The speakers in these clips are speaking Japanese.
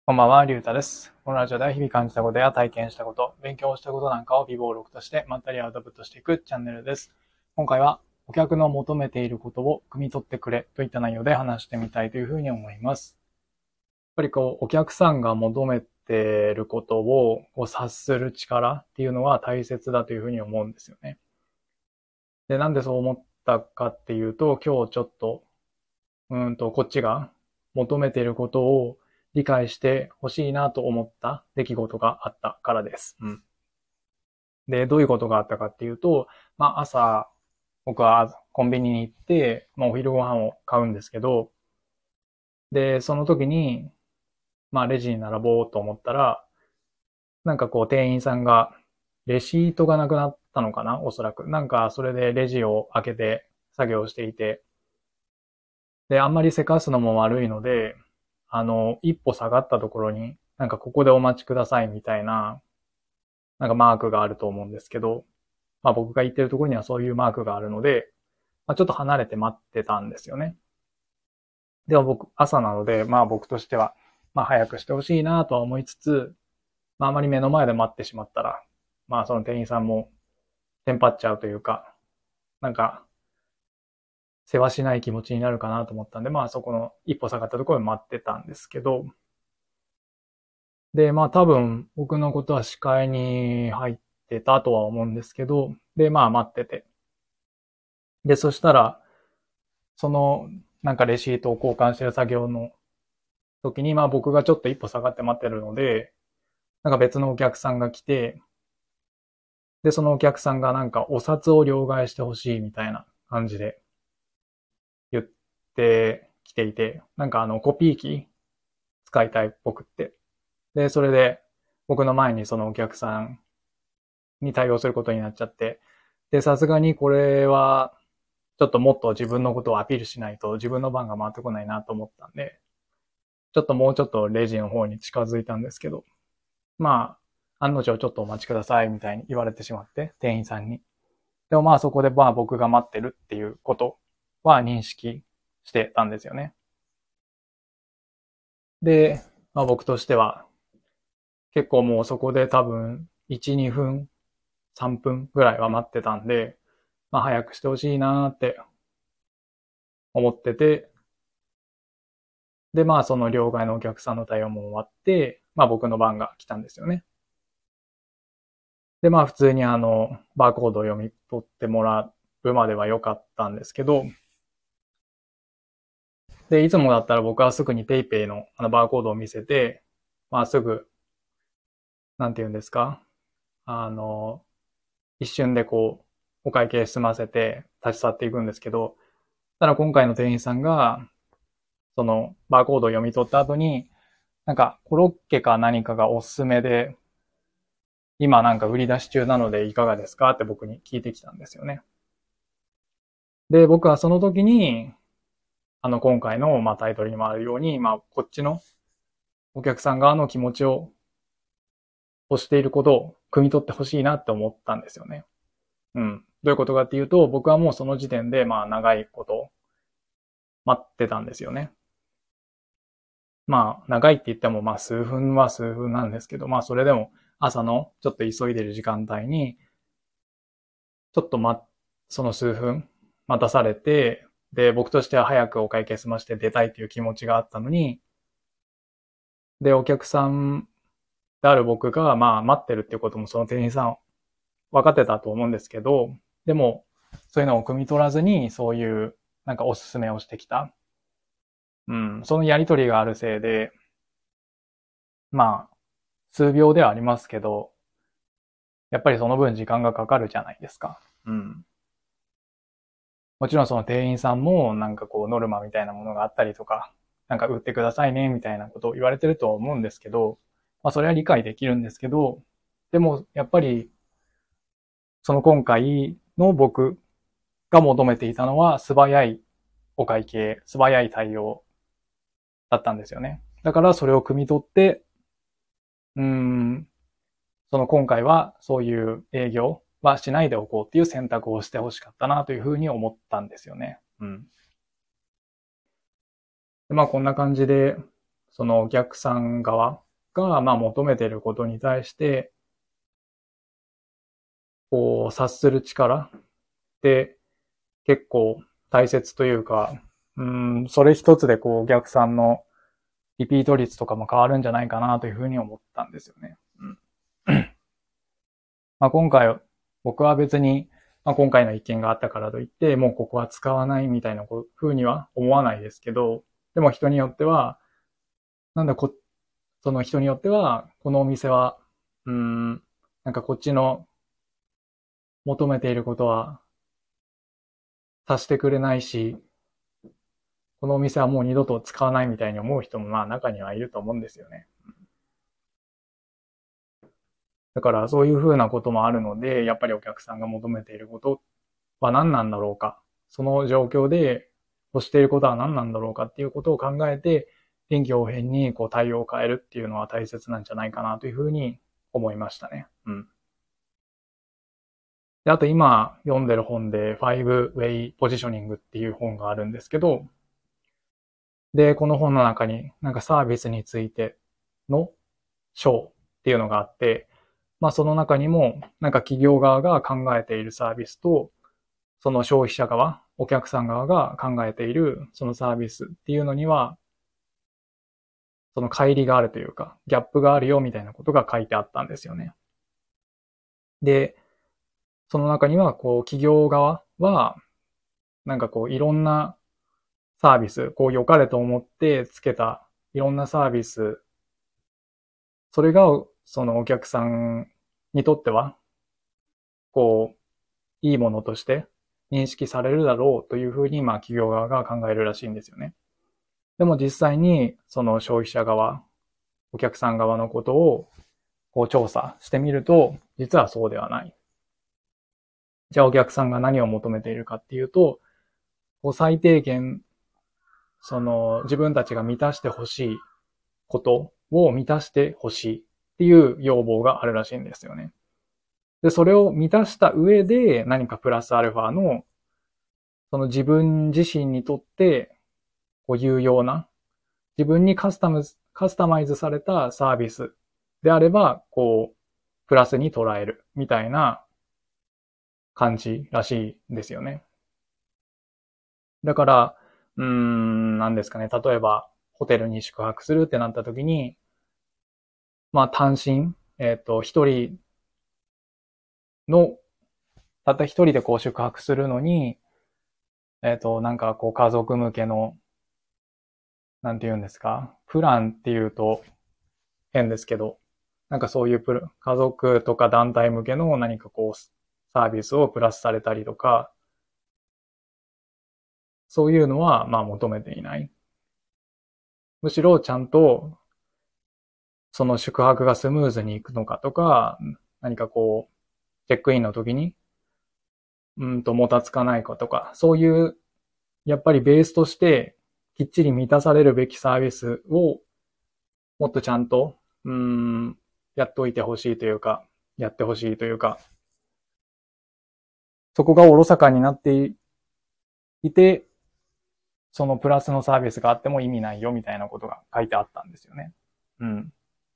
こんばんは、りゅうたです。このラジオでは日々感じたことや体験したこと、勉強したことなんかを微暴録としてまったりアウトプットしていくチャンネルです。今回はお客の求めていることを汲み取ってくれといった内容で話してみたいというふうに思います。やっぱりお客さんが求めていることを察する力っていうのは大切だというふうに思うんですよね。で、なんでそう思ったかっていうと、今日ちょっとこっちが求めていることを理解してほしいなと思った出来事があったからです。で、どういうことがあったかっていうと、朝、僕はコンビニに行って、お昼ご飯を買うんですけど、で、その時に、レジに並ぼうと思ったら、店員さんが、レシートがなくなったのかなおそらく。それでレジを開けて作業していて、で、あんまりせかすのも悪いので、一歩下がったところに、ここでお待ちくださいみたいな、マークがあると思うんですけど、僕が行ってるところにはそういうマークがあるので、ちょっと離れて待ってたんですよね。でも朝なので、僕としては、早くしてほしいなとは思いつつ、あまり目の前で待ってしまったら、その店員さんもテンパっちゃうというか、なんか、世話しない気持ちになるかなと思ったんで、そこの一歩下がったところで待ってたんですけど、で、多分僕のことは視界に入ってたとは思うんですけど、で、待ってて。で、そしたら、その、レシートを交換してる作業の時に、僕がちょっと一歩下がって待ってるので、別のお客さんが来て、で、そのお客さんがお札を両替してほしいみたいな感じで言ってきていて、コピー機使いたいっぽくって。で、それで僕の前にそのお客さんに対応することになっちゃって、で、さすがにこれは、ちょっともっと自分のことをアピールしないと自分の番が回ってこないなと思ったんで、ちょっともうちょっとレジの方に近づいたんですけど、案の定ちょっとお待ちくださいみたいに言われてしまって、店員さんに。でもそこで僕が待ってるっていうことは認識してたんですよね。で、僕としては結構もうそこで多分1、2分、3分ぐらいは待ってたんで、早くしてほしいなーって思ってて、で、その両替のお客さんの対応も終わって、僕の番が来たんですよね。で、普通にバーコードを読み取ってもらうまでは良かったんですけど、で、いつもだったら僕はすぐに PayPay のバーコードを見せて、すぐ、なんて言うんですかあの、一瞬でお会計済ませて立ち去っていくんですけど、ただ今回の店員さんが、そのバーコードを読み取った後に、コロッケか何かがおすすめで、今売り出し中なのでいかがですかって僕に聞いてきたんですよね。で、僕はその時に、今回の、タイトルにもあるように、こっちのお客さん側の気持ちを欲していることを汲み取ってほしいなって思ったんですよね。どういうことかっていうと、僕はもうその時点で、長いこと待ってたんですよね。長いって言っても、数分は数分なんですけど、それでも朝のちょっと急いでる時間帯に、ちょっとその数分待たされて、で、僕としては早くお会計済まして出たいという気持ちがあったのに、で、お客さんである僕が、待ってるっていうこともその店員さん分かってたと思うんですけど、でも、そういうのを汲み取らずに、そういう、おすすめをしてきた。そのやりとりがあるせいで、まあ、数秒ではありますけど、やっぱりその分時間がかかるじゃないですか。もちろんその店員さんもノルマみたいなものがあったりとか、売ってくださいねみたいなことを言われてるとは思うんですけど、それは理解できるんですけど、でもやっぱりその今回の僕が求めていたのは素早いお会計、素早い対応だったんですよね。だからそれを汲み取って、うーん、その今回はそういう営業はしないでおこうっていう選択をしてほしかったなというふうに思ったんですよね。でこんな感じで、 そのお客さん側が、まあ求めていることに対して、こう、察する力って結構大切というか、それ一つでこう、お客さんのリピート率とかも変わるんじゃないかなというふうに思ったんですよね。まあ今回、僕は別に、まあ今回の意見があったからといって、もうここは使わないみたいなふうには思わないですけど、でも人によっては、なんだその人によっては、このお店は、なんかこっちの求めていることはさせてくれないし、このお店はもう二度と使わないみたいに思う人もまあ中にはいると思うんですよね。だからそういうふうなこともあるので、やっぱりお客さんが求めていることは何なんだろうか。その状況で欲していることは何なんだろうかっていうことを考えて、臨機応変にこう対応を変えるっていうのは大切なんじゃないかなというふうに思いましたね。で、あと今読んでる本で Five Way Positioning っていう本があるんですけど、で、この本の中になんかサービスについての章っていうのがあって、まあその中にもなんか企業側が考えているサービスと、その消費者側、お客さん側が考えているそのサービスっていうのには、その乖離があるというか、ギャップがあるよみたいなことが書いてあったんですよね。で、その中には、こう、企業側は、なんかこう、いろんなサービス、こう、良かれと思ってつけたいろんなサービス、それが、そのお客さんにとっては、こう、いいものとして認識されるだろうというふうに、まあ、企業側が考えるらしいんですよね。でも実際に、その消費者側、お客さん側のことを、こう、調査してみると、実はそうではない。じゃあお客さんが何を求めているかっていうと、こう最低限、その自分たちが満たしてほしいことを満たしてほしいっていう要望があるらしいんですよね。で、それを満たした上で何かプラスアルファの、その自分自身にとってこう有用な、自分にカスタマイズされたサービスであれば、こう、プラスに捉えるみたいな感じらしいんですよね。だから、なんですかね。例えば、ホテルに宿泊するってなった時に、まあ単身、一人の、たった一人でこう宿泊するのに、なんかこう家族向けの、なんて言うんですか、プランっていうと変ですけど、なんかそういう家族とか団体向けの何かこうサービスをプラスされたりとか、そういうのはまあ求めていない。むしろちゃんとその宿泊がスムーズにいくのかとか、何かこう、チェックインの時に、もたつかないかとか、そういう、やっぱりベースとして、きっちり満たされるべきサービスを、もっとちゃんと、やっておいてほしいというか、やってほしいというか、そこがおろそかになっていて、そのプラスのサービスがあっても意味ないよみたいなことが書いてあったんですよね。うん。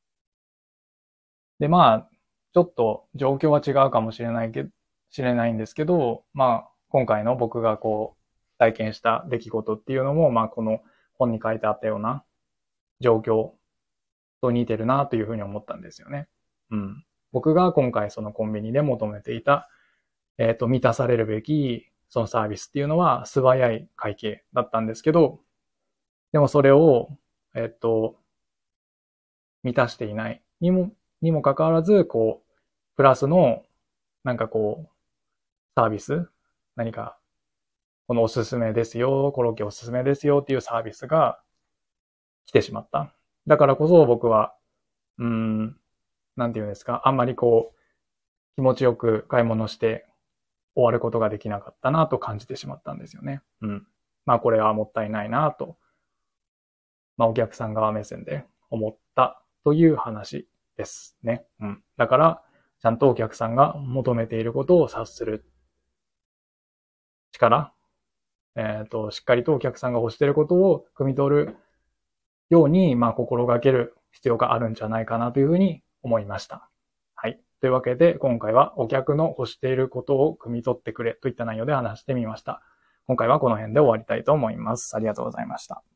で、まあ、ちょっと状況は違うかもしれないんですけど、まあ、今回の僕がこう、体験した出来事っていうのも、まあ、この本に書いてあったような状況と似てるなというふうに思ったんですよね。うん。僕が今回そのコンビニで求めていた、満たされるべきそのサービスっていうのは素早い会計だったんですけど、でもそれを、えっと、満たしていないにもかかわらず、こう、プラスの、なんかこう、サービス、何か、このおすすめですよ、コロッケおすすめですよっていうサービスが来てしまった。だからこそ僕は、うーん、なんていうんですか、あんまりこう、気持ちよく買い物して終わることができなかったなと感じてしまったんですよね。うん。まあこれはもったいないなと、まあお客さん側目線で思ったという話ですね。うん。だから、ちゃんとお客さんが求めていることを察する力、しっかりとお客さんが欲していることを汲み取るように、心がける必要があるんじゃないかなというふうに思いました。はい。というわけで、今回はお客の欲していることを汲み取ってくれといった内容で話してみました。今回はこの辺で終わりたいと思います。ありがとうございました。